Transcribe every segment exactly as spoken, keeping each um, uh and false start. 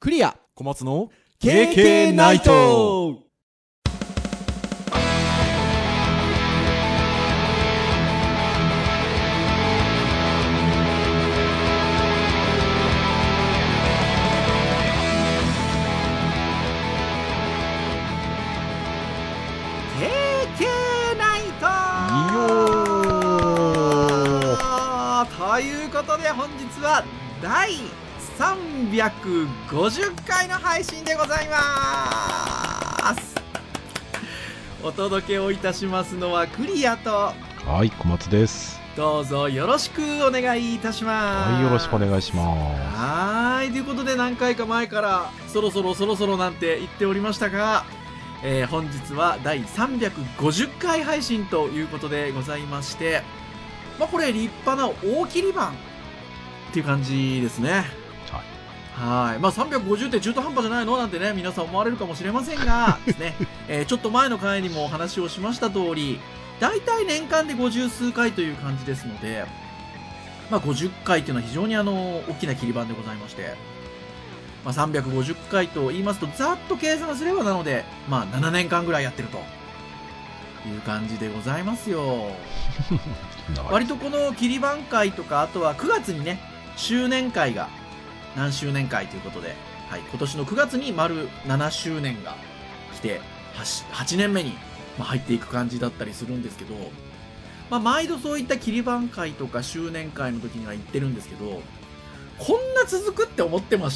クリア小松のケーケー ナイト。ケーケー ナイトということで本日はだいさんびゃくごじゅっかいの配信でございます。お届けをいたしますのはクリアと、 はい、小松です。 どうぞよろしくお願いいたします。 はい、よろしくお願いします。 はい、ということで何回か前からそろそろそろそろなんて言っておりましたが、えー、本日はだいさんびゃくごじゅっかい配信ということでございまして、まあこれ立派な大切り版っていう感じですね。はい、まあさんびゃくごじゅうって中途半端じゃないのなんてね、皆さん思われるかもしれませんがですね、えー、ちょっと前の回にもお話をしました通り、だいたい年間でごじゅうすうかいという感じですので、まあごじゅっかいっていうのは非常にあの大きな切り板でございまして、まあ、さんびゃくごじゅっかいと言いますとざっと計算すればなので、まあななねんかんぐらいやってるという感じでございますよ。割とこの切り板会とか、あとはくがつにね周年会が何周年会ということで、はい、今年のくがつに丸ななしゅうねんが来て 8, はちねんめに入っていく感じだったりするんですけど、まあ、毎度そういった切り板会とか周年会の時には言ってるんですけど、こんな続くって思ってました？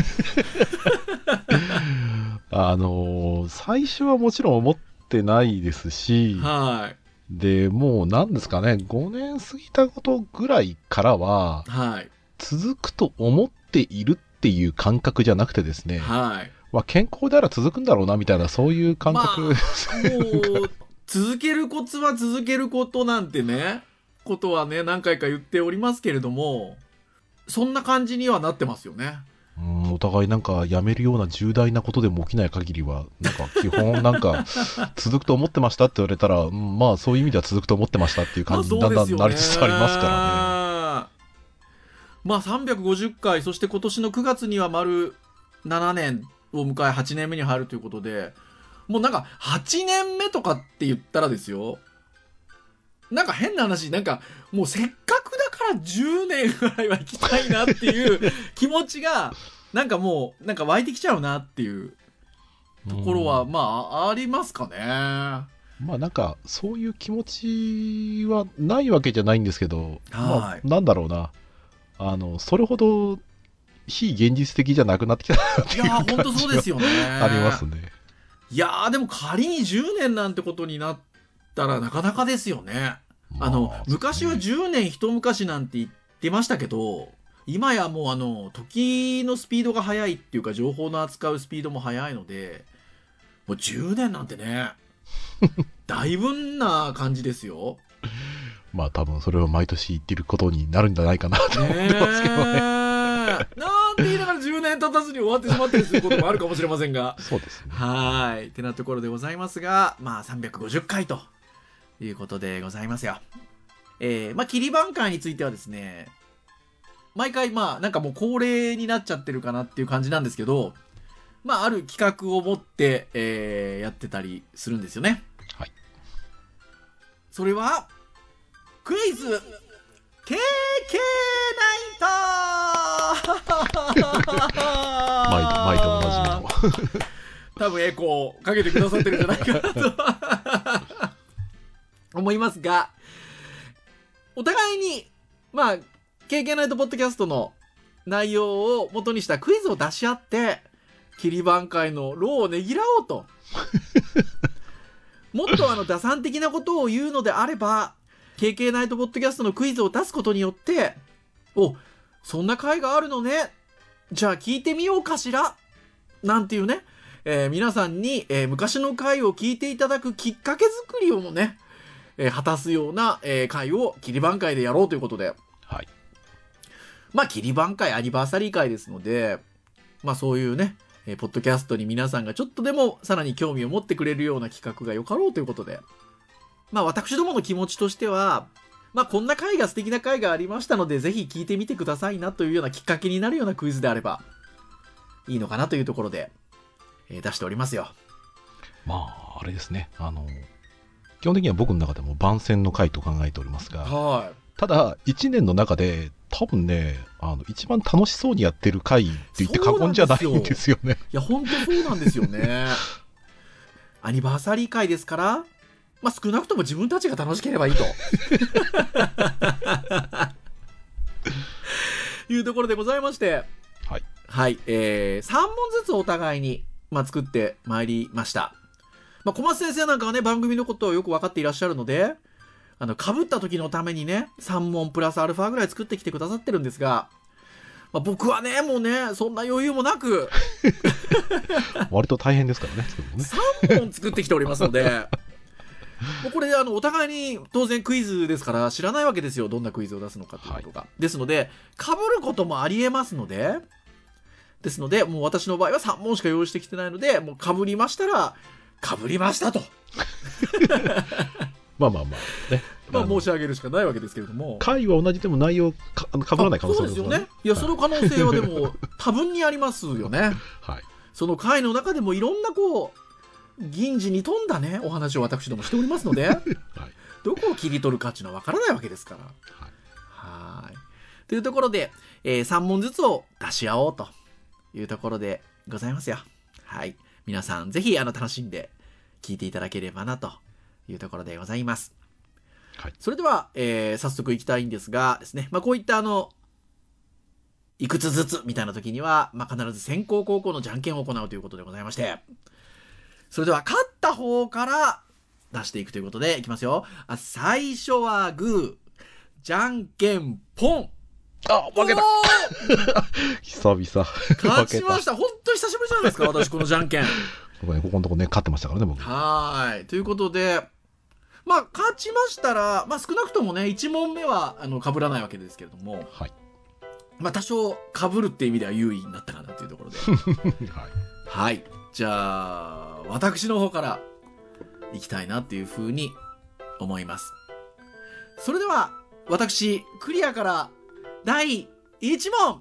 あのー、最初はもちろん思ってないですし、 はい、 でもう何ですかね、ごねん過ぎたことぐらいからは、 はい、続くと思っているっていう感覚じゃなくてですね、 はい、 まあ、健康であら続くんだろうなみたいな、そういう感覚、まあ、 もう続けるコツは続けることなんてねことはね何回か言っておりますけれども、そんな感じにはなってますよね。 うん、お互いなんかやめるような重大なことでも起きない限りはなんか基本なんか続くと思ってましたって言われたら、うん、まあそういう意味では続くと思ってましたっていう感じにだんだんなりつつありますからね。 まあさんびゃくごじゅっかい、そして今年のくがつには丸ななねんを迎えはちねんめに入るということで、もうなんかはちねんめとかって言ったらですよ、なんか変な話、なんかもうせっかくだからじゅうねんぐらいは行きたいなっていう気持ちがなんかもうなんか湧いてきちゃうなっていうところはまあありますかね。 まあなんかそういう気持ちはないわけじゃないんですけど、まあなんだろうな、あのそれほど非現実的じゃなくなってきたっていう感じは、いや本当そうですよね。ありますね。 いやーでも仮にじゅうねんなんてことになったらなかなかですよね。あの、まあ、昔はじゅうねん一昔なんて言ってましたけど、今やもうあの時のスピードが速いっていうか、情報の扱うスピードも速いので、もうじゅうねんなんてねだいぶんな感じですよ。 まあ多分それを毎年言ってることになるんじゃないかなと思ってますけどね。 なんて言いながらじゅうねん経たずに終わってしまったりすることもあるかもしれませんがそうですね。 はいってなところでございますが、まあさんびゃくごじゅっかいということでございますよ。えー、まあ切り板会についてはですね、毎回まあなんかもう恒例になっちゃってるかなっていう感じなんですけど、まあある企画を持って、えー、やってたりするんですよね。 はい。 それはクイズ ケーケー ナイト毎度毎度おなじみの多分エコーかけてくださってるんじゃないかなと思いますが、お互いにまあ ケーケー ナイトポッドキャストの内容を元にしたクイズを出し合って切り板会の労をねぎらおうともっとあの打算的なことを言うのであれば ケーケー ナイトポッドキャストのクイズを出すことによって、お、そんな回があるのね、じゃあ聞いてみようかしらなんていうね、えー、皆さんに、えー、昔の回を聞いていただくきっかけ作りをもね、えー、果たすような、えー、回を切り板会でやろうということで、 はい、 まあ切り板会アニバーサリー会ですので、まあそういうね、えー、ポッドキャストに皆さんがちょっとでもさらに興味を持ってくれるような企画がよかろうということで、まあ私どもの気持ちとしては、まあこんな回が素敵な回がありましたのでぜひ聞いてみてくださいなというようなきっかけになるようなクイズであれば、 いいのかなというところで、えー、出しておりますよ。 まああれですね、あの基本的には僕の中でも番宣の回と考えておりますが、 はい、 ただいちねんの中で多分ね、あの一番楽しそうにやってる回って言って過言じゃないんですよね。 いや本当そうなんですよね。アニバーサリー回ですから、まあ、少なくとも自分たちが楽しければいいというところでございまして、 はい、 はい、えー、さんもんずつお互いに、まあ、作ってまいりました。まあ、小松先生なんかはね、番組のことをよく分かっていらっしゃるので、あの、被った時のためにね、さんもんプラスアルファぐらい作ってきてくださってるんですが、まあ、僕はね、もうね、そんな余裕もなく、 割と大変ですからね、 ねさんもん作ってきておりますので、もうこれ、あの、お互いに当然クイズですから知らないわけですよ。どんなクイズを出すのかということが。はい、ですので、被ることもありえますので、ですので、もう私の場合はさんもんしか用意してきてないので、もう被りましたら、被りましたと。 まあまあまあ、ね。 まあ申し上げるしかないわけですけれども。 回は同じでも内容か被らない可能性あるんですよね。そうですよね。いや、その可能性はでも多分にありますよね。 はい。 その回の中でもいろんなこう、銀次に富んだね、お話を私どもしておりますので、はい、どこを切り取るかっていうのは分からないわけですから。はい。はい。というところで、えー、さんもんずつを出し合おうというところでございますよ。はい。皆さんぜひあの楽しんで聞いていただければなというところでございます。はい。それでは、えー、早速いきたいんですがですね、まあこういったあの、いくつずつみたいな時には、まあ必ず先攻後攻のじゃんけんを行うということでございまして、それでは勝った方から出していくということでいきますよ。あ、最初はグー、じゃんけんポン。 あ、負けた久々 勝ちました。本当に久しぶりじゃないですか、私このじゃんけん。 ここのとこね、勝ってましたからね、僕。 はい。ということで、まあ、勝ちましたら、まあ、少なくともね、いちもんめは、あの、被らないわけですけれども、 はい。 まあ、多少、被るっていう意味では優位になったかなというところで。はい。はい。じゃあ、私の方から行きたいなっていうふうに思います。それでは、私、クリアからだいいちもん。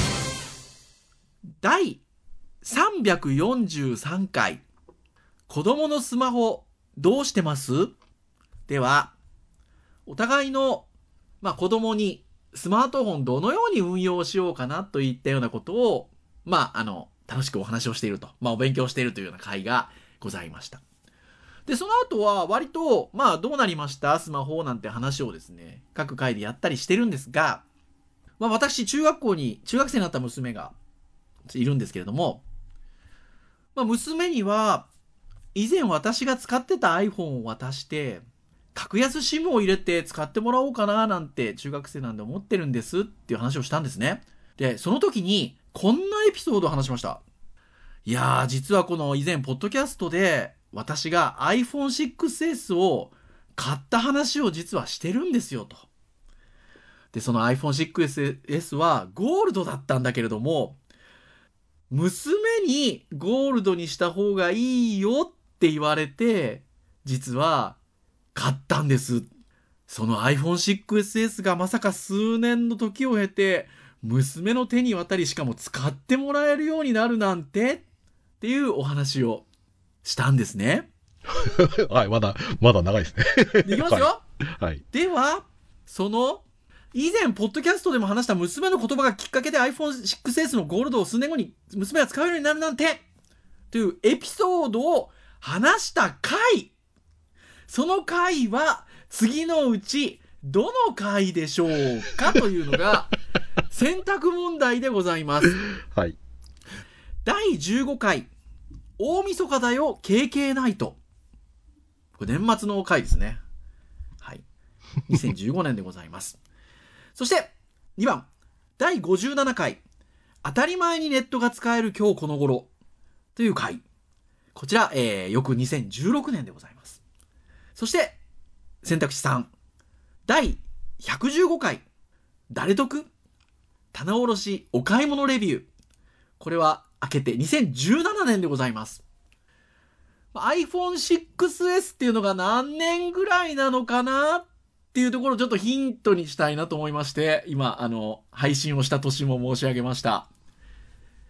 だいさんびゃくよんじゅうさんかい、子供のスマホどうしてます？では、お互いの、まあ、子供にスマートフォンどのように運用しようかなといったようなことを、まあ、あの、楽しくお話をしていると、まあ、お勉強しているというような会がございました。で、その後は割と、まあ、どうなりましたスマホなんて話をですね、各回でやったりしてるんですが、まあ、私、中学校に、中学生になった娘がいるんですけれども、まあ、娘には、以前私が使ってた iPhone を渡して、格安 SIM を入れて使ってもらおうかななんて中学生なんで思ってるんですっていう話をしたんですね。で、その時にこんなエピソードを話しました。いやー、実はこの以前ポッドキャストで私が アイフォンシックスエス を買った話を実はしてるんですよと。で、その アイフォンシックスエス はゴールドだったんだけれども、娘にゴールドにした方がいいよって言われて、実は買ったんです。その アイフォンシックスエス がまさか数年の時を経て、娘の手に渡りしかも使ってもらえるようになるなんてっていうお話をしたんですね。 はい、まだ、まだ長いですね。 いきますよ。 はい。 では、その、以前、ポッドキャストでも話した娘の言葉がきっかけで アイフォンシックスエス のゴールドを数年後に娘が使うようになるなんてというエピソードを話した回。その回は次のうちどの回でしょうかというのが選択問題でございます。 はい。 だいじゅうごかい、大晦日だよ ケーケー ナイト。これ年末の回ですね。はい。にせんじゅうごねんでございます。そしてにばん、だいごじゅうななかい、当たり前にネットが使える今日この頃という回。こちら、えー、翌にせんじゅうろくねんでございます。そして選択肢さん、だいひゃくじゅうごかい、誰得？棚卸しお買い物レビュー。これは明けてにせんじゅうななねんでございます。アイフォンシックスエス っていうのが何年ぐらいなのかなっていうところをちょっとヒントにしたいなと思いまして、今、あの、配信をした年も申し上げました。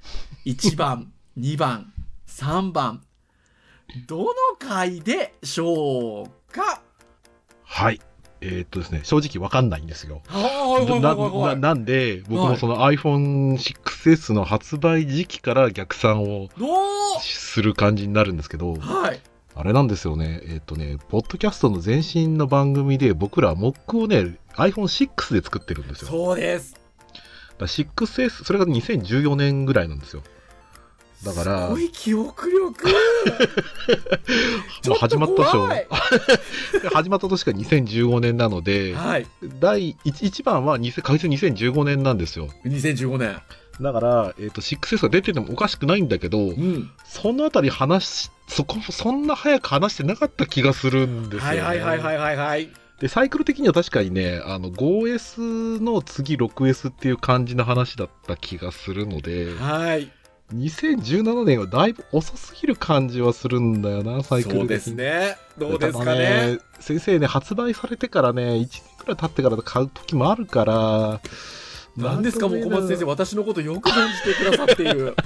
いちばん、にばん、さんばん、どの回でしょうか？ はい。えー、っとですね、正直わかんないんですよ。 な, な, なんで、僕もその アイフォンシックスエス の発売時期から逆算をする感じになるんですけど、 はい、 あれなんですよね、えー、っとね、ポッドキャストの前身の番組で僕らモックをね、アイフォンシックス で作ってるんですよ。 そうです。 だ シックスエス、それがにせんじゅうよねんぐらいなんですよ。だからすごい記憶力もう始まった年始まった年がにせんじゅうごねんなので、 はい、 だい 1, いちばんは確実ににせんじゅうごねんなんですよ。 にせんじゅうごねんだから、えー、と シックスエス が出ててもおかしくないんだけど、うん、そのあたり話そこそんな早く話してなかった気がするんですよね。 はいはいはいはいはい。 でサイクル的には確かにね、あの ごエス の次 ろくエス っていう感じの話だった気がするので、 はい、 にせんじゅうななねんはだいぶ遅すぎる感じはするんだよな、サイクル的に。 そうですね。どうですかね。 ね、先生ね、発売されてからね、いちねんくらい経ってから買う時もあるから。 何ですか、もう小松先生、私のことよく存じてくださっている。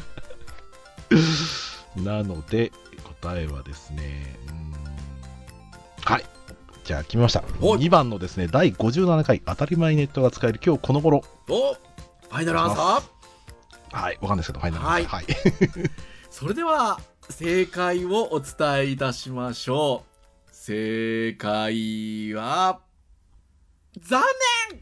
なので、答えはですね、うーん、はい。じゃあ決めました。にばんのですね、だいごじゅうななかい、当たり前ネットが使える今日この頃。 お、ファイナルアンサー。 はい、わかんないですけど、ファイナルアンサー。はい。 それでは、正解をお伝えいたしましょう。正解は、残念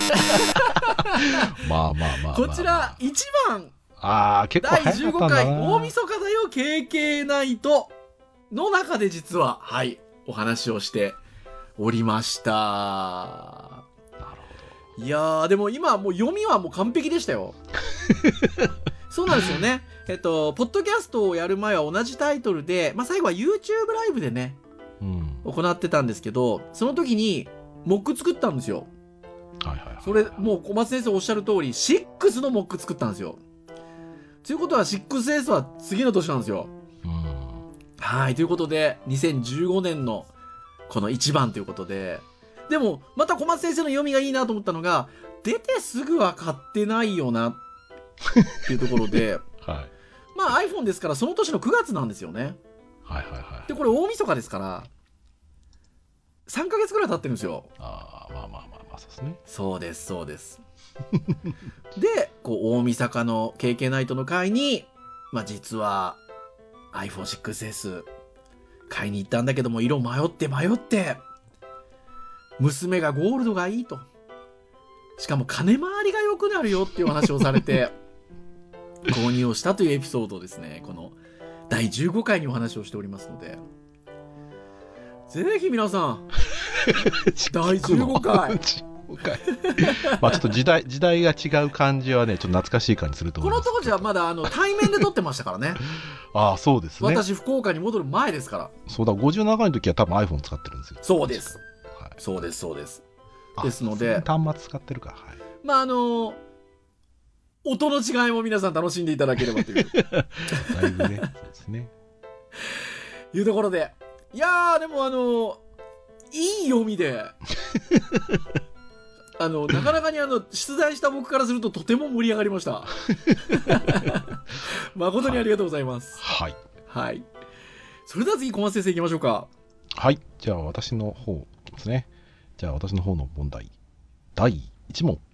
まあまあまあまあ、まあ、 こちらいちばん、 あー、結構だいじゅうごかい大晦日だよ ケーケー ナイトの中で実は、はい、お話をしておりました。なるほど。いやー、でも今もう読みはもう完璧でしたよ。そうなんですよね。えっとポッドキャストをやる前は同じタイトルで、まあ、最後は YouTube ライブでね、うん、行ってたんですけど、その時にモック作ったんですよ。はいはいはいはい、それもう小松先生おっしゃる通りシックスのモック作ったんですよ。ということは シックスエス は次の年なんですよ。うん、はい、ということでにせんじゅうごねんのこのいちばんということで、でもまた小松先生の読みがいいなと思ったのが、出てすぐは買ってないよなっていうところで、はい、まあ iPhone ですからその年のくがつなんですよね。はいはいはい。でこれ大晦日ですからさんかげつぐらい経ってるんですよ。ああ、まあまあまあまあ、そうですね。そうですそうです。でこう大晦日の ケーケー ナイトの回に、まあ実は アイフォンシックスエス 買いに行ったんだけども、色迷って迷って娘がゴールドがいいと、しかも金回りが良くなるよっていう話をされて購入をしたというエピソードをですね、このだいじゅうごかいにお話をしておりますので、ぜひ皆さんだいじゅうごかいまあちょっと時代時代が違う感じはね、ちょっと懐かしい感じすると思います。 この当時はまだあの対面で撮ってましたからね。 ああ、そうですね。 私福岡に戻る前ですから。 そうだ、ごじゅうななかいの時は多分 iPhone 使ってるんですよ。 そうです、はい、そうですそうです。ですので端末使ってるから、はい、 まああの音の違いも皆さん楽しんでいただければというだいぶね、そうですね。 いうところで、いやーでもあのいい読みであのなかなかにあの出題した僕からするととても盛り上がりました。誠にありがとうございます。はい、はい、それでは次小松先生いきましょうか。 はい、じゃあ私の方いきますね。じゃあ私の方の問題だいいち問。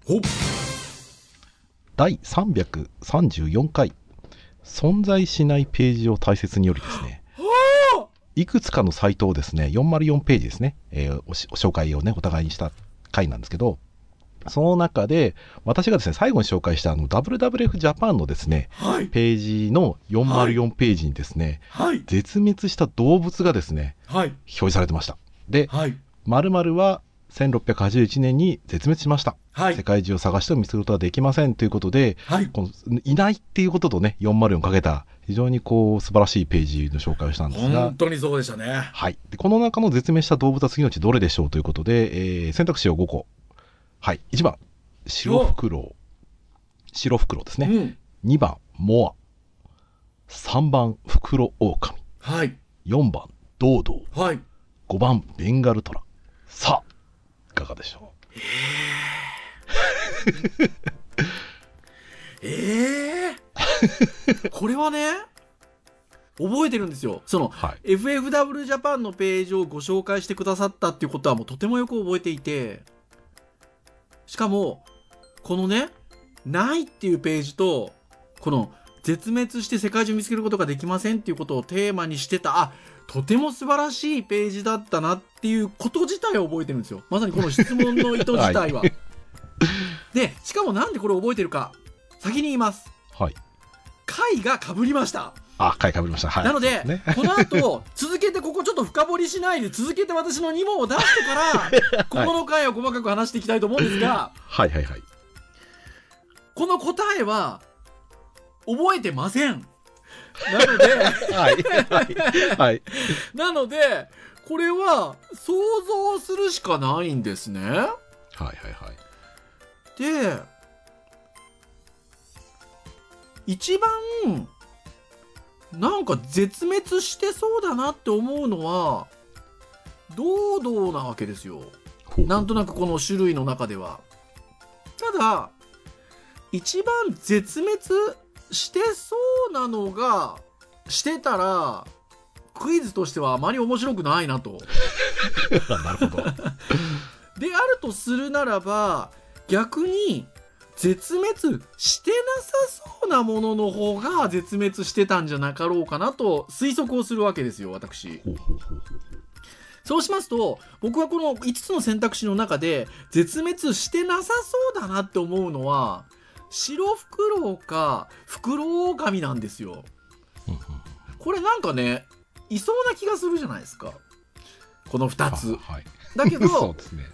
だいさんびゃくさんじゅうよんかい存在しないページを大切によりですね、いくつかのサイトをですね、よんまるよんページですね、えー、お, お紹介をねお互いにした回なんですけど、その中で私がですね最後に紹介したあの ダブリューダブリューエフ ジャパンのですね、はい、ページのよんまるよんページにですね、はい、絶滅した動物がですね、はい、表示されてました。で、はい、〇〇はせんろっぴゃくはちじゅういちねんに絶滅しました、はい、世界中を探しても見つけることはできませんということで、はい、このいないっていうこととねよんまるよんかけた非常にこう素晴らしいページの紹介をしたんですが、 本当にそうでしたね。 はい、でこの中の絶滅した動物は次のうちどれでしょうということで、えー、選択肢をごこ。はい、いちばんシロフクロウ、シロフクロウですね、うん、にばんモア、さんばんフクロオオカミ、はい、よんばんドウドウ、はい、ごばんベンガルトラ。さあいかがでしょう。えー、えーこれはね覚えてるんですよ。その、はい、エフエフダブリュー ジャパンのページをご紹介してくださったっていうことはもうとてもよく覚えていて、しかもこのねないっていうページとこの絶滅して世界中見つけることができませんっていうことをテーマにしてた、あ、とても素晴らしいページだったなっていうこと自体を覚えてるんですよ。まさにこの質問の意図自体は、はい、でしかもなんでこれ覚えてるか先に言います。 はい、 回が被りました。 あ、回被りました、はい、 なので、ね、この後続けてここちょっと深掘りしないで続けて私のに問を出してからここの回を細かく話していきたいと思うんですが、 はいはいはい、 この答えは覚えてません。なのではいはいはい、なのでこれは想像するしかないんですね。はいはいはい。 で一番なんか絶滅してそうだなって思うのはドードーなわけですよ。なんとなくこの種類の中では。ただ一番絶滅してそうなのがしてたらクイズとしてはあまり面白くないなとなるほどであるとするならば逆に絶滅してなさそうなものの方が絶滅してたんじゃなかろうかなと推測をするわけですよ、私。そうしますと僕はこのいつつの選択肢の中で絶滅してなさそうだなって思うのはシロフクロウかフクロウオオカミなんですよ。これなんかねいそうな気がするじゃないですか、このふたつ、はい、だけどそうですね、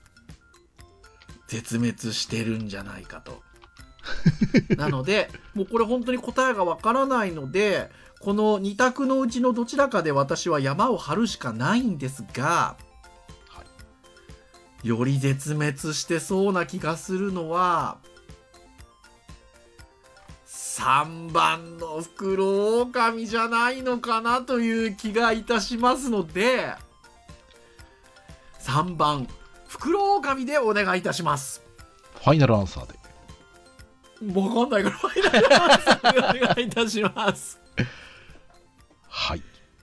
絶滅してるんじゃないかとなのでもうこれ本当に答えがわからないのでこのに択のうちのどちらかで私は山を張るしかないんですが、はい、より絶滅してそうな気がするのはさんばんのフクロウオオカミじゃないのかなという気がいたしますのでさんばんフクロウオオカミでお願いいたします。 ファイナルアンサーで。 わかんないからファイナルアンサーでお願いいたしますはい、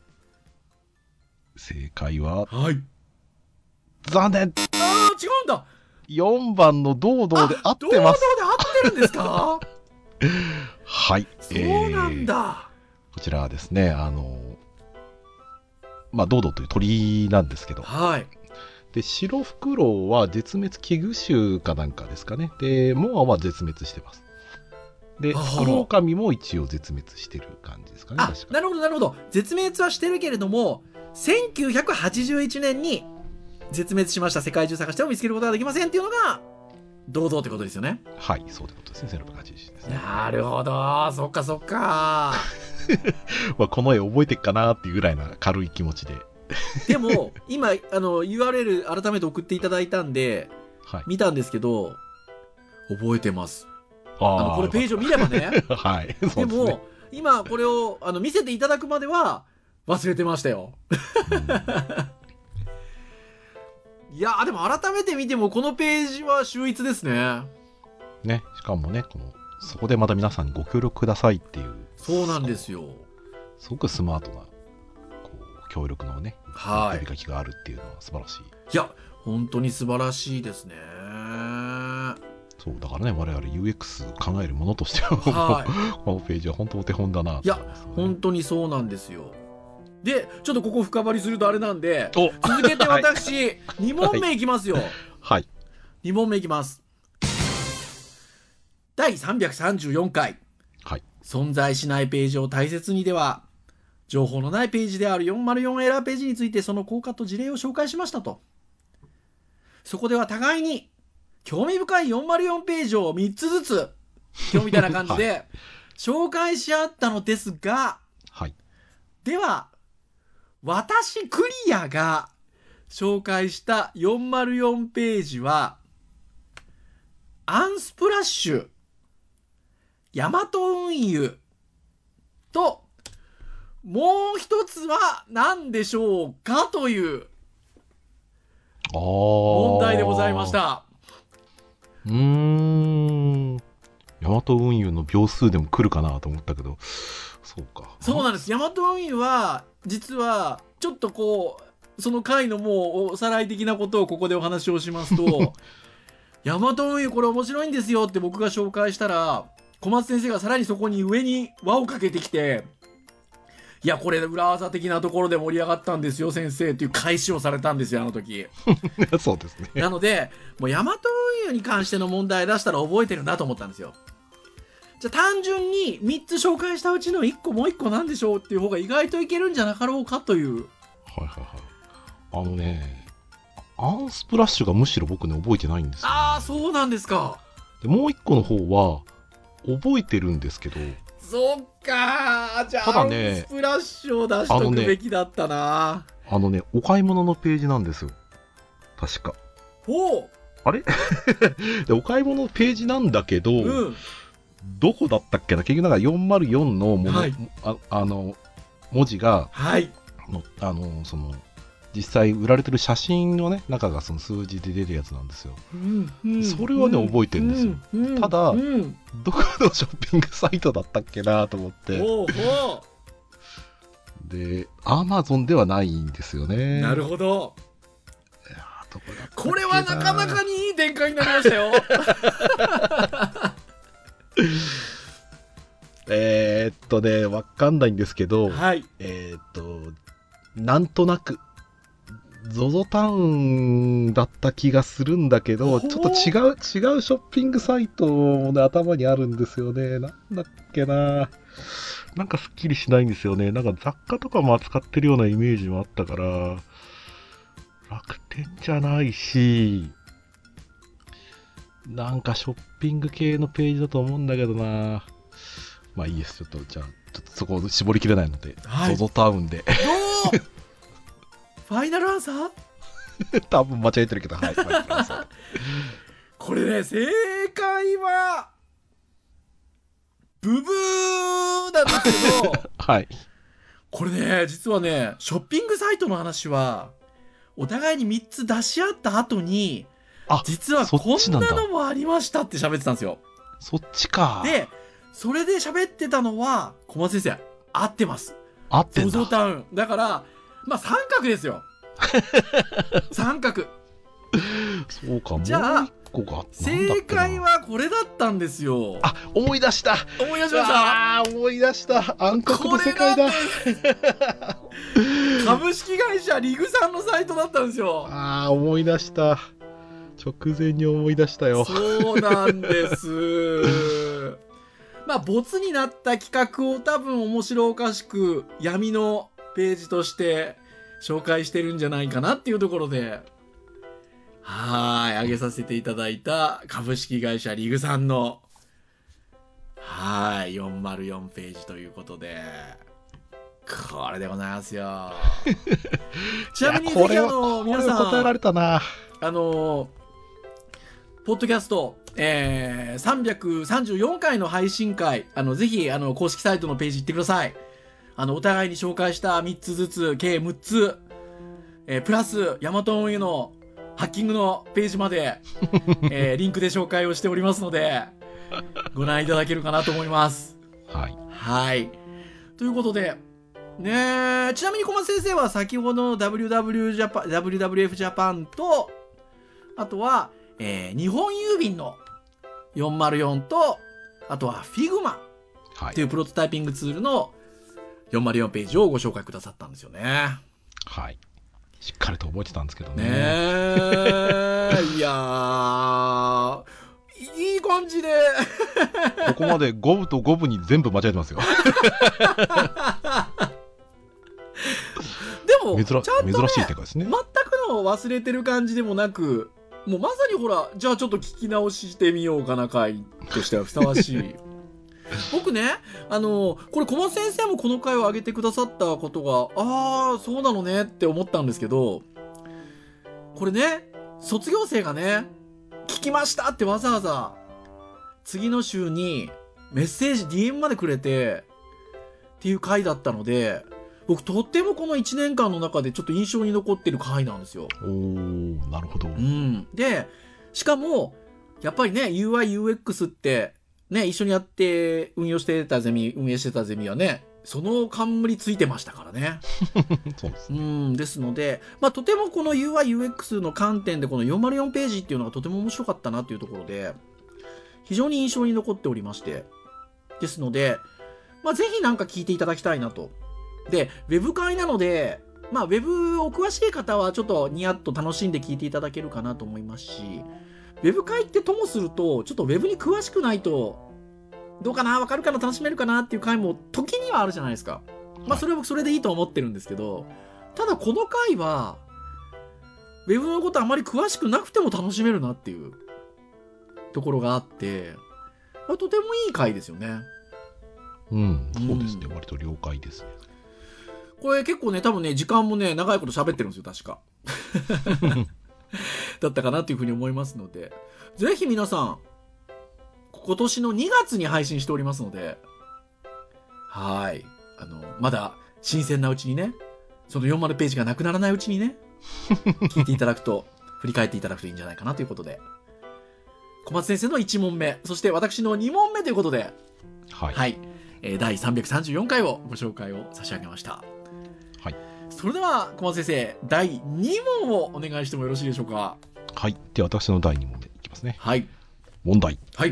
正解は、 はい、 残念。 あー違うんだ。 よんばんのドードーで合ってます。ドードーで合ってるんですかはい、 そうなんだ、 えー、こちらはですね、あのまあドードーという鳥なんですけど、 はい、 でシロフクロウは絶滅危惧種かなんかですかね。でモアは絶滅してます。でフクロウオカミも一応絶滅してる感じですかね。 あ、 確かなるほどなるほど。絶滅はしてるけれどもせんきゅうひゃくはちじゅういちねんに絶滅しました、世界中探しても見つけることができませんっていうのが堂々ってことですよね。 はい、そういうことですね。せんろっぴゃくはちじゅういちですね。 なるほど、そっかそっかまあこの絵覚えてっかなっていうぐらいな軽い気持ちででも今あの ユーアールエル 改めて送っていただいたんで、はい、見たんですけど覚えてます。ああのこれページを見ればねはい、 でも、ね、今これをあの見せていただくまでは忘れてましたよいやでも改めて見てもこのページは秀逸ですね。 ね、しかもねこのそこでまた皆さんにご協力くださいっていう、 そうなんですよ。 すごくスマートなこう協力のね、 はい、 呼びかけがあるっていうのは素晴らしい。 いや本当に素晴らしいですね。 そうだからね、我々 ユーエックス 考えるものとしては、はい、このページは本当お手本だなと、ね、 いや本当にそうなんですよ。でちょっとここ深掘りするとあれなんで続けて私、はい、に問目いきますよ。 はい、 に問目いきます。だいさんびゃくさんじゅうよんかい、 はい、 存在しないページを大切にでは情報のないページであるよんまるよんエラーページについてその効果と事例を紹介しましたと。そこでは互いに興味深いよんまるよんページをみっつずつ今日みたいな感じで紹介し合ったのですが、 はい、 では私クリアが紹介したよんまるよんページはアンスプラッシュ、ヤマト運輸ともう一つは何でしょうかという問題でございました。 うーん、 ヤマト運輸の秒数でも来るかなと思ったけど、そうか。 そうなんです。ヤマト運輸は実はちょっとこうその回のもうおさらい的なことをここでお話をしますとヤマト運輸これ面白いんですよって僕が紹介したら、小松先生がさらにそこに上に輪をかけてきて、いやこれ裏技的なところで盛り上がったんですよ先生っていう返しをされたんですよ、あの時そうですね。 なのでもうヤマト運輸に関しての問題出したら覚えてるなと思ったんですよ。じゃあ単純にみっつ紹介したうちのいっこもういっこなんでしょうっていう方が意外といけるんじゃなかろうかという。はいはいはい。あのね、アンスプラッシュがむしろ僕ね覚えてないんですよ、ね。 ああそうなんですか。 でもういっこの方は覚えてるんですけど。 そっか、じゃあただね、 アンスプラッシュを出しとくべきだったな。 あのね、お買い物のページなんですよ。確か。 ほう。 あれでお買い物のページなんだけど、うん、どこだったっけな、結局なんかよんまるよんのもの、はい、あ, あの文字が、 はい、 のあのその実際売られてる写真のね中がその数字で出るやつなんですよ、うんうん、それはね、うん、覚えてるんですよ、うん、ただ、うん、どこのショッピングサイトだったっけなと思って、おうおうでアマゾンではないんですよね。 なるほど。 いやどこだったっけな。 これはなかなかにいい展開になりましたよえっとねわかんないんですけど、 はい、 えー、っとなんとなく ゾゾ タウンだった気がするんだけど、ちょっと違う違うショッピングサイトも、ね、頭にあるんですよね。なんだっけな、なんかすっきりしないんですよね。なんか雑貨とかも扱ってるようなイメージもあったから、楽天じゃないし、なんかショッピング系のページだと思うんだけどな。まあいいです。ちょっとじゃあちょっとそこを絞りきれないので、はい、ゾゾ タウンでファイナルアンサー多分間違えてるけど、はい、ファイナルアンサーこれね、正解はブブーなんですけどはいこれね、実はね、ショッピングサイトの話はお互いにみっつ出し合った後に、あ、実はこんなのもありましたって喋ってたんですよ。 そっちか。 で、それで喋ってたのは小松先生合ってます。 合ってんだ。 ゾゾタウンだから、まあ三角ですよ三角。 そうか。 じゃあもう一個が正解はこれだったんですよ。 あ、思い出した思い出しました。 あ、思い出した。暗黒の世界だ株式会社リグさんのサイトだったんですよ。 ああ、思い出した。直前に思い出したよ。 そうなんですまあボツになった企画を多分面白おかしく闇のページとして紹介してるんじゃないかなっていうところで、はい上げさせていただいた株式会社リグさんのはいよんまるよんページということで、これでございますよちなみにぜひあの皆さん答えられたな。 あのポッドキャスト、えー、さんびゃくさんじゅうよんかいの配信会、あのぜひあの公式サイトのページ行ってください。あのお互いに紹介したみっつずつ計むっつ、えー、プラスヤマト運輸のハッキングのページまで、えー、リンクで紹介をしておりますのでご覧いただけるかなと思います。 はい。 はい。ということでねえ、ちなみに小松先生は先ほどの ダブリューダブリュー ジャパン ダブリューダブリューエフ ジャパンと、あとはえー、日本郵便のよんまるよんと、あとは Figma っていうプロトタイピングツールのよんまるよんページをご紹介くださったんですよね。 はい。しっかりと覚えてたんですけどね。 ねえいやーいい感じでここまで五分と五分に全部間違えてますよでも珍、 ちゃんとね、 珍しい展開ですね。 全くの忘れてる感じでもなく、もうまさにほら、じゃあちょっと聞き直ししてみようかな回としてはふさわしい僕ね、あのこれ小松先生もこの回を上げてくださったことが、ああそうなのねって思ったんですけど、これね、卒業生がね、聞きましたってわざわざ次の週にメッセージ ディーエム までくれてっていう回だったので、僕とってもこのいちねんかんの中でちょっと印象に残ってる回なんですよ。 おー、なるほど。 うん。で、しかもやっぱりね ユーアイユーエックス ってね、一緒にやって運用してたゼミ、運営してたゼミはね、その冠ついてましたからね。 そうですね。 うん、ですので、まあ、とてもこの ユーアイユーエックス の観点でこのよんまるよんページっていうのがとても面白かったなっていうところで、非常に印象に残っておりまして、ですので、まあ、ぜひなんか聞いていただきたいなと。で、ウェブ会なので、まあ、ウェブお詳しい方はちょっとニヤッと楽しんで聞いていただけるかなと思いますし、ウェブ会ってともすると、ちょっとウェブに詳しくないと、どうかなわかるかな楽しめるかなっていう回も時にはあるじゃないですか。まあそれはそれでいいと思ってるんですけど、ただこの回は、ウェブのことあまり詳しくなくても楽しめるなっていうところがあって、まあ、とてもいい回ですよね。 うん、そうですね。割と了解ですね。 これ結構ね、多分ね、時間もね、長いこと喋ってるんですよ、確か。だったかなというふうに思いますので、ぜひ皆さん、今年のにがつに配信しておりますので、はい。あの、まだ新鮮なうちにね、そのよんじゅうページがなくならないうちにね、聞いていただくと、振り返っていただくといいんじゃないかなということで、小松先生のいち問目、そして私のに問目ということで、 はい。 はい。えー、だいさんびゃくさんじゅうよんかいをご紹介を差し上げました。 はい。 それでは、小松先生、だいに問をお願いしてもよろしいでしょうか。 はい。では私のだいに問目いきますね。 はい。 問題。 はい。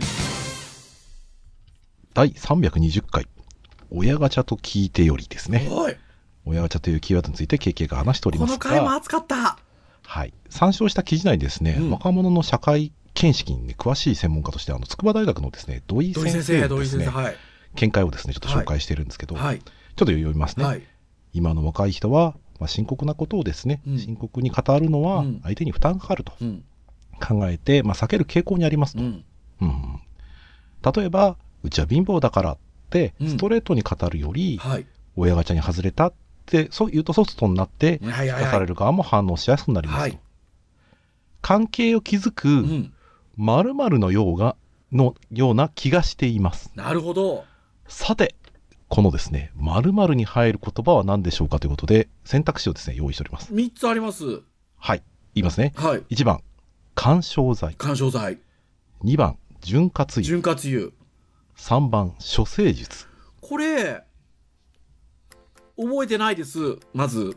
だいさんびゃくにじゅっかい、親ガチャと聞いてよりですね。 はい。 親ガチャというキーワードについて ケーケー が話しておりますが、 この回も熱かった。 はい。参照した記事内にですね、うん、若者の社会見識に、ね、詳しい専門家として、あの筑波大学のですね、土井先生のですね、はい、見解をですね、ちょっと紹介しているんですけど、はい、ちょっと読みますね。はい、今の若い人は、まあ、深刻なことをですね、うん、深刻に語るのは相手に負担がかかると考えて、まあ、避ける傾向にありますと。うんうん、例えば、うちは貧乏だからってストレートに語るより、うんはい、親ガチャに外れたってそう言うとソフトになって聞かされる側も反応しやすくなりますと、はいはい、関係を築く〇〇のようがのような気がしています。 なるほど。 さてこのですね〇〇に入る言葉は何でしょうかということで選択肢をですね用意しております。 みっつあります。 はい、言いますね。 はい、 いちばん緩衝材、 緩衝材。 にばん潤滑油、 潤滑油。 さんばん処世術。 これ覚えてないです。まず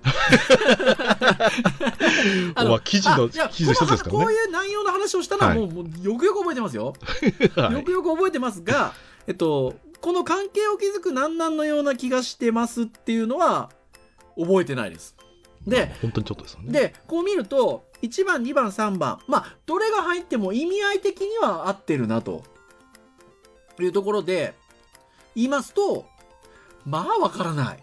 あの記事の記事の一つですからね。 こういう内容の話をしたのはもう、はい、もうよくよく覚えてますよ、はい、よくよく覚えてますが、えっとこの関係を築くなんなんのような気がしてますっていうのは覚えてないです。で、 本当にちょっとですよね。 でこう見るといちばんにばんさんばん、まあどれが入っても意味合い的には合ってるなというところで言いますと、まあわからない。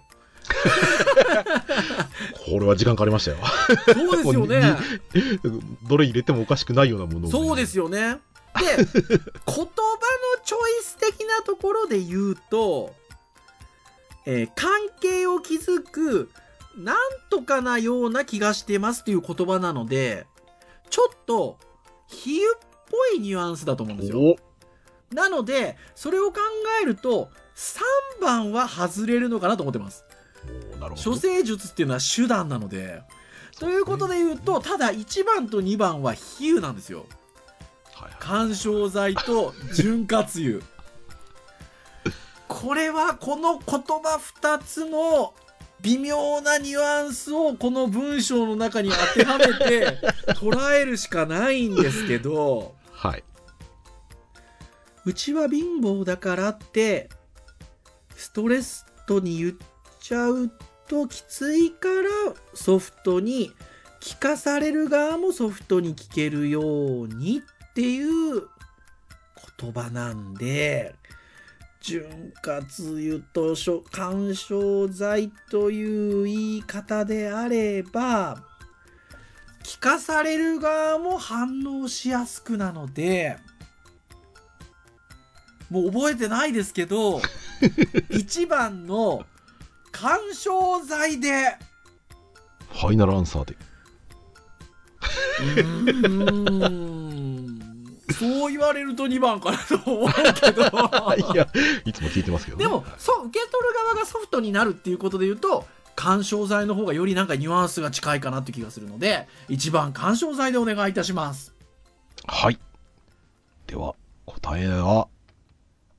これは時間かかりましたよ。 そうですよね。 どれ入れてもおかしくないようなものを、ね、 そうですよね。で言葉のチョイス的なところで言うと、えー、関係を築くなんとかなような気がしてますっていう言葉なので、ちょっと比喩っぽいニュアンスだと思うんですよ。なのでそれを考えるとさんばんは外れるのかなと思ってます。処世術っていうのは手段なので、ということで言うと、ただいちばんとにばんは比喩なんですよ。緩衝材と潤滑油。これはこの言葉ふたつの微妙なニュアンスをこの文章の中に当てはめて捉えるしかないんですけど、 はい、 うちは貧乏だからってストレストに言っちゃうときついからソフトに聞かされる側もソフトに聞けるようにっていう言葉なんで、潤滑油と緩衝材という言い方であれば聞かされる側も反応しやすくなので、もう覚えてないですけどいちばんの緩衝材でファイナルアンサーで。 うーんそう言われるとにばんかなと思うけどいやいつも聞いてますけど、ね、 でもそう受け取る側がソフトになるっていうことで言うと緩衝材の方がよりなんかニュアンスが近いかなって気がするのでいちばん緩衝材でお願いいたします。 はい、では答えは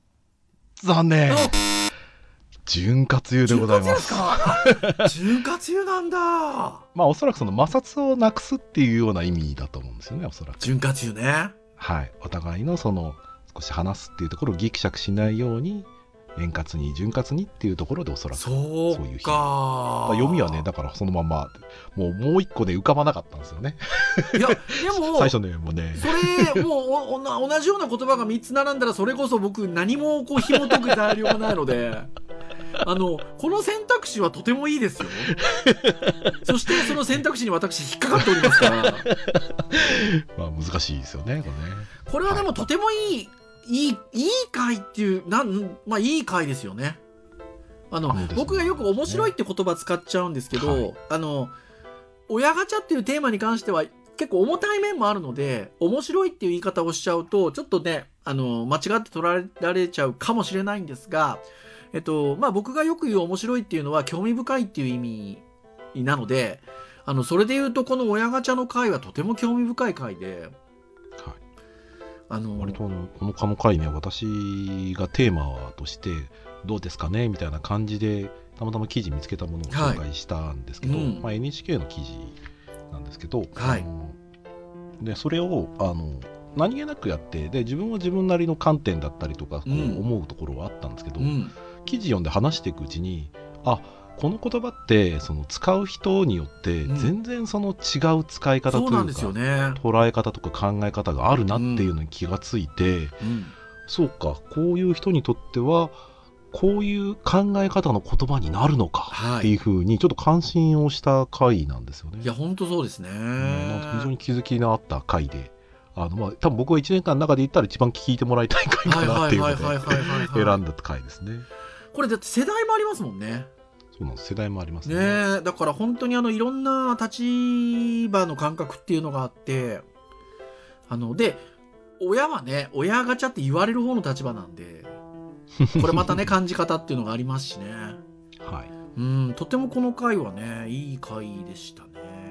残念。潤滑油でございます。 潤滑油なんだ。 まあおそらくその摩擦をなくすっていうような意味だと思うんですよね、おそらく。 潤滑油ね。 はい。お互いのその少し話すっていうところをギクシャクしないように円滑に潤滑にっていうところでおそらくそういう日。 か。 読みはね、だからそのままもうもう一個で浮かばなかったんですよね。 いやでも最初のもね。 それもうおお同じような言葉がみっつ並んだらそれこそ僕何もこう紐解く材料がないので。あのこの選択肢はとてもいいですよ。そしてその選択肢に私引っかかっておりますから。 まあ難しいですよね、これね。 これはでもとてもいい、はい、いいいい回っていうなんまあいい回ですよね。あの、ね、僕がよく面白いって言葉使っちゃうんですけど、はい、あの親ガチャっていうテーマに関しては結構重たい面もあるので、面白いっていう言い方をしちゃうとちょっとねあの間違って取られちゃうかもしれないんですが。えっと、まあ僕がよく言う面白いっていうのは興味深いっていう意味なので、あの、それで言うとこの親ガチャの回はとても興味深い回で、 はい。 あの、 割とこのこの回ね、私がテーマとしてどうですかねみたいな感じで、たまたま記事見つけたものを紹介したんですけど、はいうんまあ、エヌエイチケー の記事なんですけど、 はい。 で、それを、あの、何気なくやって、で、自分は自分なりの観点だったりとか、こう思うところはあったんですけど、うん記事読んで話していくうちにあこの言葉ってその使う人によって全然その違う使い方というか、うん、そうなんですよね、捉え方とか考え方があるなっていうのに気がついて、うんうん、そうかこういう人にとってはこういう考え方の言葉になるのかっていうふうにちょっと関心をした回なんですよね。 いや本当そうですね、うん、 なんか非常に気づきのあった回であのまあ多分僕はいちねんかんの中で言ったら一番聞いてもらいたい回かなっていうので選んだ回ですね。 これだって世代もありますもんね。 そうなんです、世代もありますね, ねだから本当にあのいろんな立場の感覚っていうのがあってあので親はね親ガチャって言われる方の立場なんでこれまたね感じ方っていうのがありますしね。 はい。 うんとてもこの回はねいい回でしたね。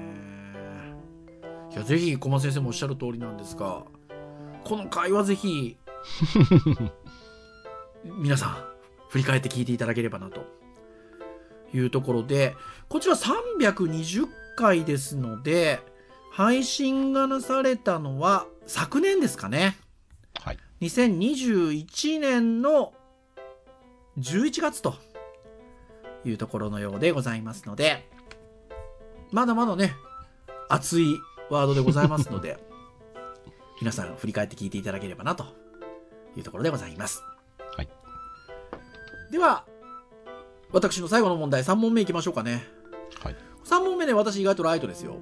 いやぜひ小松先生もおっしゃる通りなんですがこの回はぜひ皆さん振り返って聞いていただければなというところで、こちらさんびゃくにじゅっかいですので、配信がなされたのは昨年ですかね。 はい。 にせんにじゅういちねんのじゅういちがつというところのようでございますので、まだまだね、熱いワードでございますので、皆さん振り返って聞いていただければなというところでございます。 はい。 では私の最後の問題さん問目いきましょうかね。 はい。 さん問目ね私意外とライトですよ。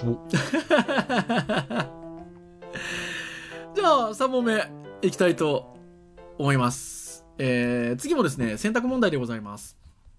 じゃあさん問目いきたいと思います。えー、次もですね選択問題でございます。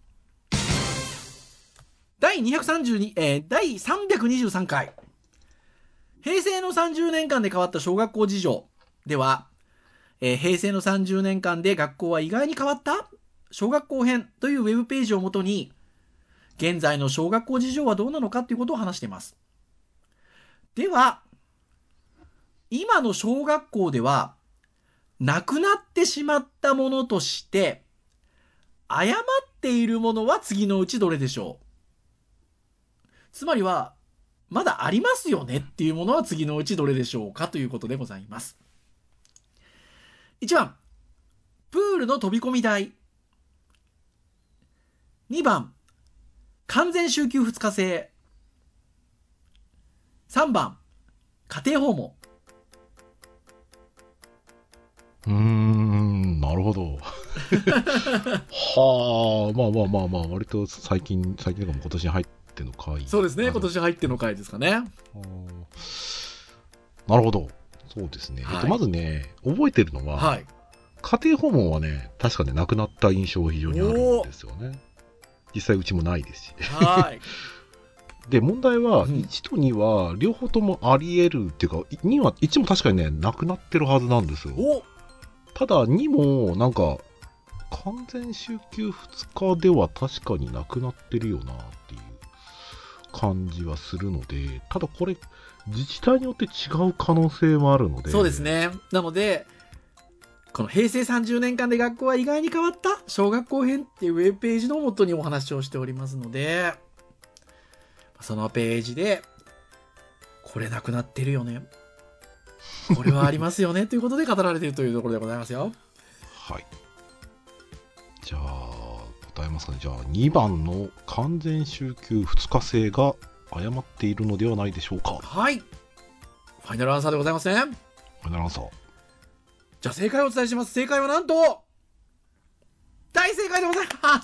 第にひゃくさんじゅうに、えー、第さんびゃくにじゅうさんかい平成のさんじゅうねんかんで変わった小学校事情では、えー、平成のさんじゅうねんかんで学校は意外に変わった小学校編というウェブページをもとに現在の小学校事情はどうなのかということを話しています。では今の小学校ではなくなってしまったものとして誤っているものは次のうちどれでしょう。つまりはまだありますよねっていうものは次のうちどれでしょうかということでございます。いちばんプールの飛び込み台、にばん完全週休ふつか制、さんばん家庭訪問。 うーんなるほどはあまあまあまあまあ割と最近最近とかも今年に入っての回。 そうですね今年入っての回ですかね。 なるほどそうですね、はいえっと、まずね覚えてるのは、はい、家庭訪問はね確かねなくなった印象が非常にあるんですよね。実際うちもないですしはいで問題は、うん、いちとには両方ともあり得るっていうかにはいちも確かにねなくなってるはずなんですよ。ただにもなんか完全週休ふつかでは確かになくなってるよなっていう感じはするので、ただこれ自治体によって違う可能性もあるので。 そうですね。なのでこの平成さんじゅうねんかんで学校は意外に変わった小学校編っていうウェブページのもとにお話をしておりますので、そのページでこれなくなってるよね、これはありますよねということで語られているというところでございますよ。 はい。じゃあ答えますかね。じゃあにばんの完全週休ふつか制が誤っているのではないでしょうか。 はい。ファイナルアンサーでございますね。ファイナルアンサー。 じゃあ正解をお伝えします。正解はなんと大正解でございます。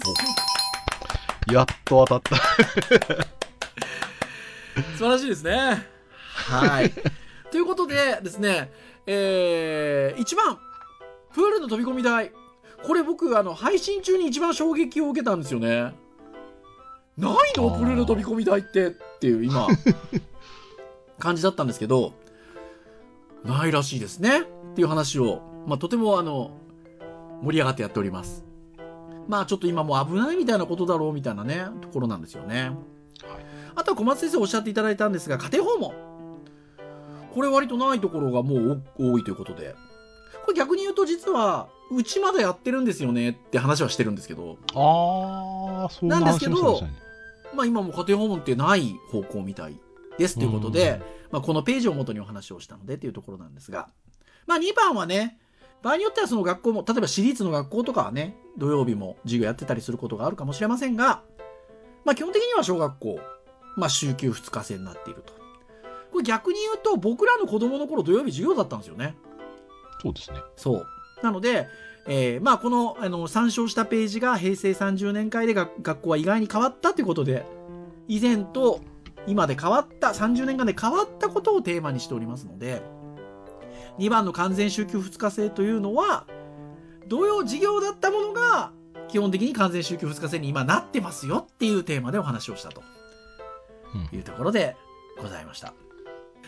やっと当たった素晴らしいですね。はいということでですね、えー、いちばんプールの飛び込み台、これ僕あの配信中に一番衝撃を受けたんですよね。ないのプールの飛び込み台ってっていう今感じだったんですけど、ないらしいですねっていう話を、まあ、とてもあの盛り上がってやっております。まあちょっと今もう危ないみたいなことだろうみたいなねところなんですよね。はい、あとは小松先生おっしゃっていただいたんですが、家庭訪問、これ割とないところがもう多いということで、これ逆に言うと実はうちまだやってるんですよねって話はしてるんですけど、 ああそうなんですけど、まあ今も家庭訪問ってない方向みたいですということで、まあ、このページを元にお話をしたのでっていうところなんですが、まあにばんはね、場合によってはその学校も、例えば私立の学校とかはね、土曜日も授業やってたりすることがあるかもしれませんが、まあ基本的には小学校、まあ週休ふつか制になっていると。これ逆に言うと僕らの子供の頃土曜日授業だったんですよね。 そうですね。 そう。なので、えー、まあこの、あの、参照したページが平成さんじゅうねんかいでが学校は意外に変わったということで、以前と今で変わった、さんじゅうねんかんで変わったことをテーマにしておりますので、にばんの完全週休ふつか制というのは、土曜授業だったものが、基本的に完全週休ふつか制に今なってますよっていうテーマでお話をしたというところでございました。うん、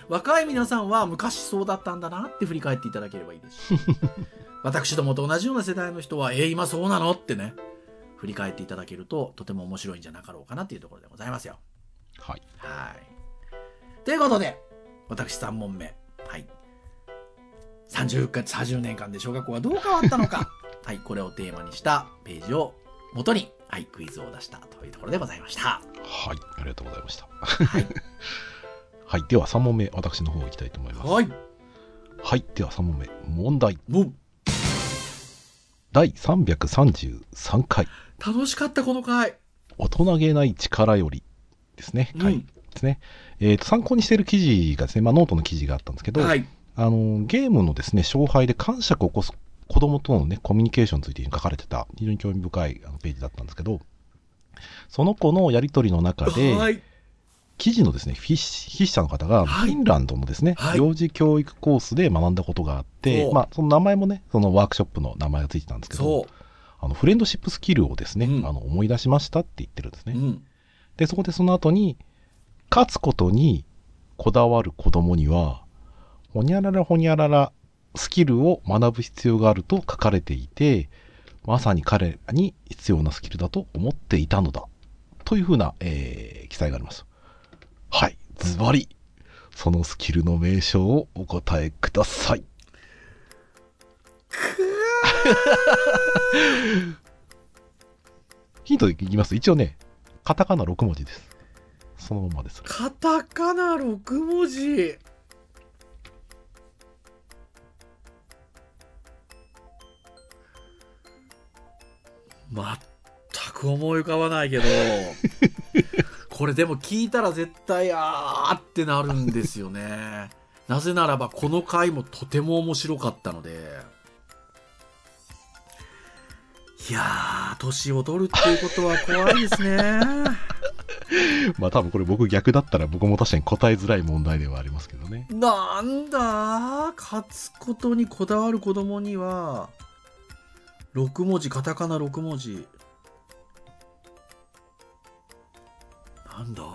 若い皆さんは昔そうだったんだなって振り返っていただければいいですし、私どもと同じような世代の人は、えー、今そうなのってね、振り返っていただけるととても面白いんじゃなかろうかなっていうところでございますよ。 はい。 はい。ということで、私さんもんめ。はい。さんじゅうねんかんで小学校がどう変わったのか。はい。これをテーマにしたページを元に、はい、クイズを出したというところでございました。 はい。ありがとうございました。はい。はい。ではさんもんめ、私の方行きたいと思います。 はい。 はい。ではさんもんめ、問題。 もだいさんびゃくさんじゅうさんかい。 楽しかったこの回。 大人げない力よりですね。回、うん、ですね。えっと、参考にしている記事がですね、まあノートの記事があったんですけど、はい、あの、ゲームのですね、勝敗で感触を起こす子供とのね、コミュニケーションについて書かれてた、非常に興味深いあのページだったんですけど、その子のやりとりの中で、はい、記事のですね、筆者の方が、フィンランドのですね、はい、幼児教育コースで学んだことがあって、まあ、その名前もね、そのワークショップの名前がついてたんですけど、あのフレンドシップスキルをですね、うん、あの思い出しましたって言ってるんですね。うん、で、そこでその後に、勝つことにこだわる子供には、ほにゃららほにゃららスキルを学ぶ必要があると書かれていて、まさに彼らに必要なスキルだと思っていたのだ。というふうな、えー、記載があります。はい、ズバリ、そのスキルの名称をお答えください。ヒントでいきます。一応ね、カタカナろくもじです。そのままです。 カタカナろくもじ。全く思い浮かばないけどこれでも聞いたら絶対あーってなるんですよね。なぜならばこの回もとても面白かったので。いやー、年を取るっていうことは怖いですね。 まあ多分これ僕逆だったら僕も確かに答えづらい問題ではありますけどね。 なんだ、勝つことにこだわる子供にはろくもじ、カタカナろくもじ。なんだ、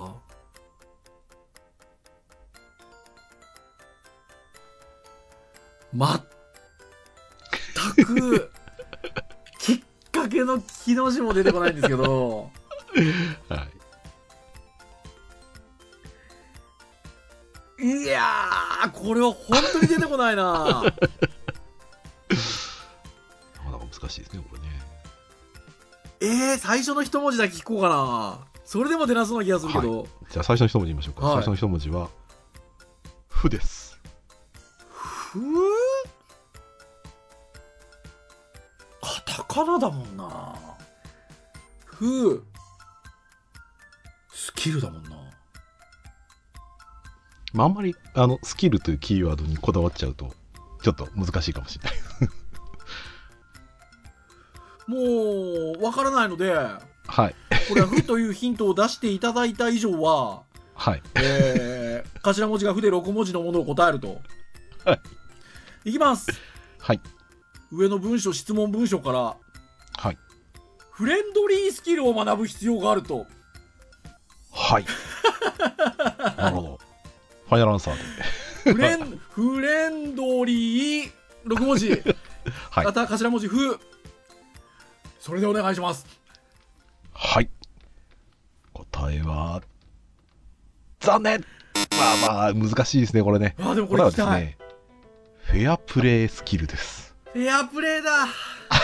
まったくきっかけの木の字も出てこないんですけど、 はい 、いやー、これは本当に出てこないな。 えー、最初の一文字だけ聞こうかな。それでも出なそうな気がするけど、 はい、じゃあ最初の一文字言いましょうか、はい、最初の一文字はふです。 ふカタカナだもんな。ふスキルだもんな。 まあ、あんまりあのスキルというキーワードにこだわっちゃうとちょっと難しいかもしれないもうわからないので、 はい、 これはふというヒントを出していただいた以上は、 はい、 えー、頭文字がふでろく文字のものを答えると、 はい、 いきます。 はい、 上の文章、質問文章から、 はい、 フレンドリースキルを学ぶ必要があると。 はいなるほど、ファイナルアンサーでフレンフレンドリーろく文字、はい、また頭文字ふ、それでお願いします。 はい、答えは残念。まあまあ難しいですねこれね。 あでもこれ聞きたい。 これはですね、フェアプレースキルです。 フェアプレーだ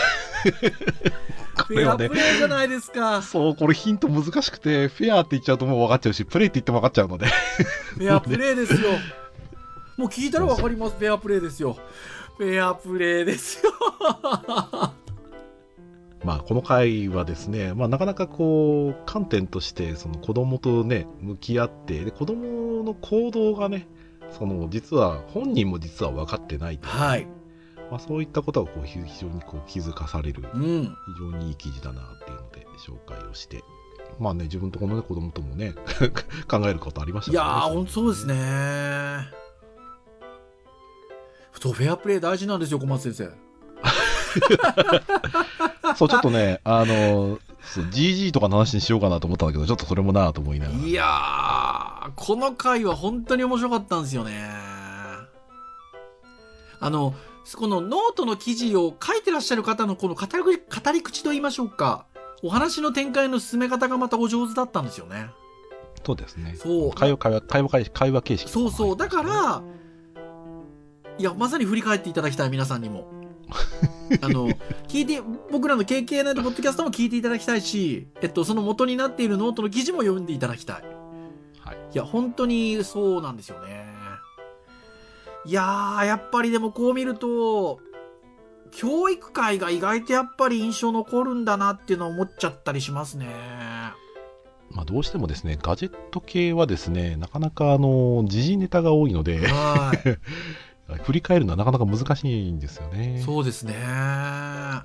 これはね、フェアプレーじゃないですか。 そう、これヒント難しくて、フェアって言っちゃうともう分かっちゃうし、プレーって言っても分かっちゃうのでフェアプレーですよもう聞いたら分かります。フェアプレーですよ。フェアプレーですよまあこの回はですね、まあ、なかなかこう観点としてその子供とね向き合って、で子供の行動がね、その実は本人も実は分かってないと、 はい、 まあ、そういったことがこう非常にこう気づかされる、 うん、 非常にいい記事だなっていうので紹介をして、まあね自分とこの、ね、子供ともね考えることありましたね。 いやー本当そうですね。そう、フェアプレー大事なんですよ小松先生そうちょっとねあの ジージー とかの話にしようかなと思ったんだけど、ちょっとそれもなと思いながら、 いやーこの回は本当に面白かったんですよね。あのこのノートの記事を書いてらっしゃる方のこの語り、語り口と言いましょうか、お話の展開の進め方がまたお上手だったんですよね。 そうですね。 そう会話会話会話会話形式、 そうそう、だからいやまさに振り返っていただきたい。皆さんにもあの聞いて、僕らの ケーケー ナイトポッドキャストも聞いていただきたいし、えっとその元になっているノートの記事も読んでいただきたい。はい、いや本当にそうなんですよね。いやーやっぱりでもこう見ると教育界が意外とやっぱり印象残るんだなっていうのは思っちゃったりしますね。 まあ、どうしてもですねガジェット系はですねなかなかあの時事ネタが多いのではい振り返るのはなかなか難しいんですよね。 そうですね。 はい、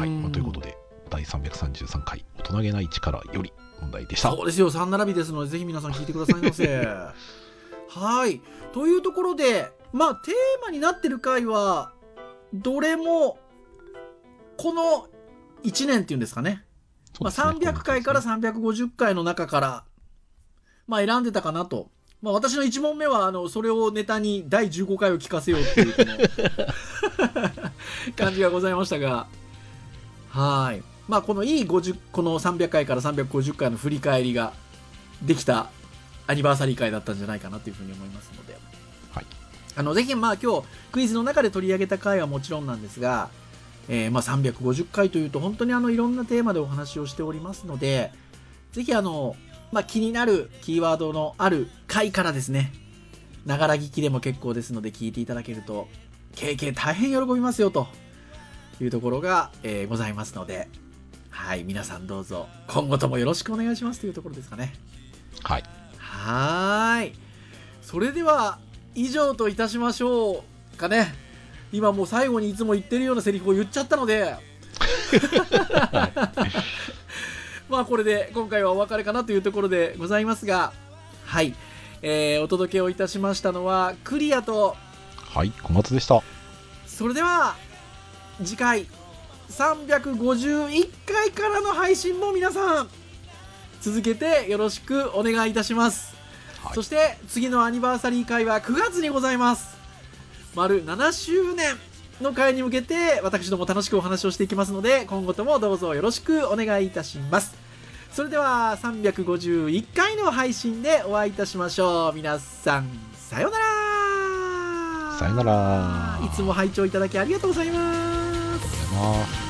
まあ、ということでだいさんびゃくさんじゅうさんかい大人げない力より問題でした。 そうですよ、さん並びですのでぜひ皆さん聞いてくださいませはいというところで、まあテーマになってる回はどれもこのいちねんっていうんですかね、まあ、さんびゃっかいからさんびゃくごじゅっかいの中から、まあ、選んでたかなと。まあ、私のいち問目はあのそれをネタにだいじゅうごかいを聞かせようっていうこの感じがございましたが、はい、まあ、このいいごじゅうこのさんびゃっかいからさんびゃくごじゅっかいの振り返りができたアニバーサリー回だったんじゃないかなというふうに思いますので、はい、あのぜひまあ今日クイズの中で取り上げた回はもちろんなんですが、えー、まあさんびゃくごじゅっかいというと本当にあのいろんなテーマでお話をしておりますので、ぜひあのまあ、気になるキーワードのある回からですね、ながら聞きでも結構ですので聞いていただけると ケーケー 大変喜びますよというところが、えー、ございますので、はい、皆さんどうぞ今後ともよろしくお願いしますというところですかね。 はい、 はーい、それでは以上といたしましょうかね。今もう最後にいつも言ってるようなセリフを言っちゃったのでまあこれで今回はお別れかなというところでございますが、はい、えー、お届けをいたしましたのはクリアと、 はい小松でした。 それでは次回さんびゃくごじゅういっかいからの配信も皆さん続けてよろしくお願いいたします、はい、そして次のアニバーサリー回はくがつにございます。丸ななしゅうねんの回に向けて私ども楽しくお話をしていきますので、今後ともどうぞよろしくお願いいたします。それではさんびゃくごじゅういっかいの配信でお会いいたしましょう。皆さんさようなら。 さようなら。 いつも拝聴いただきありがとうございます。 ありがとうございます。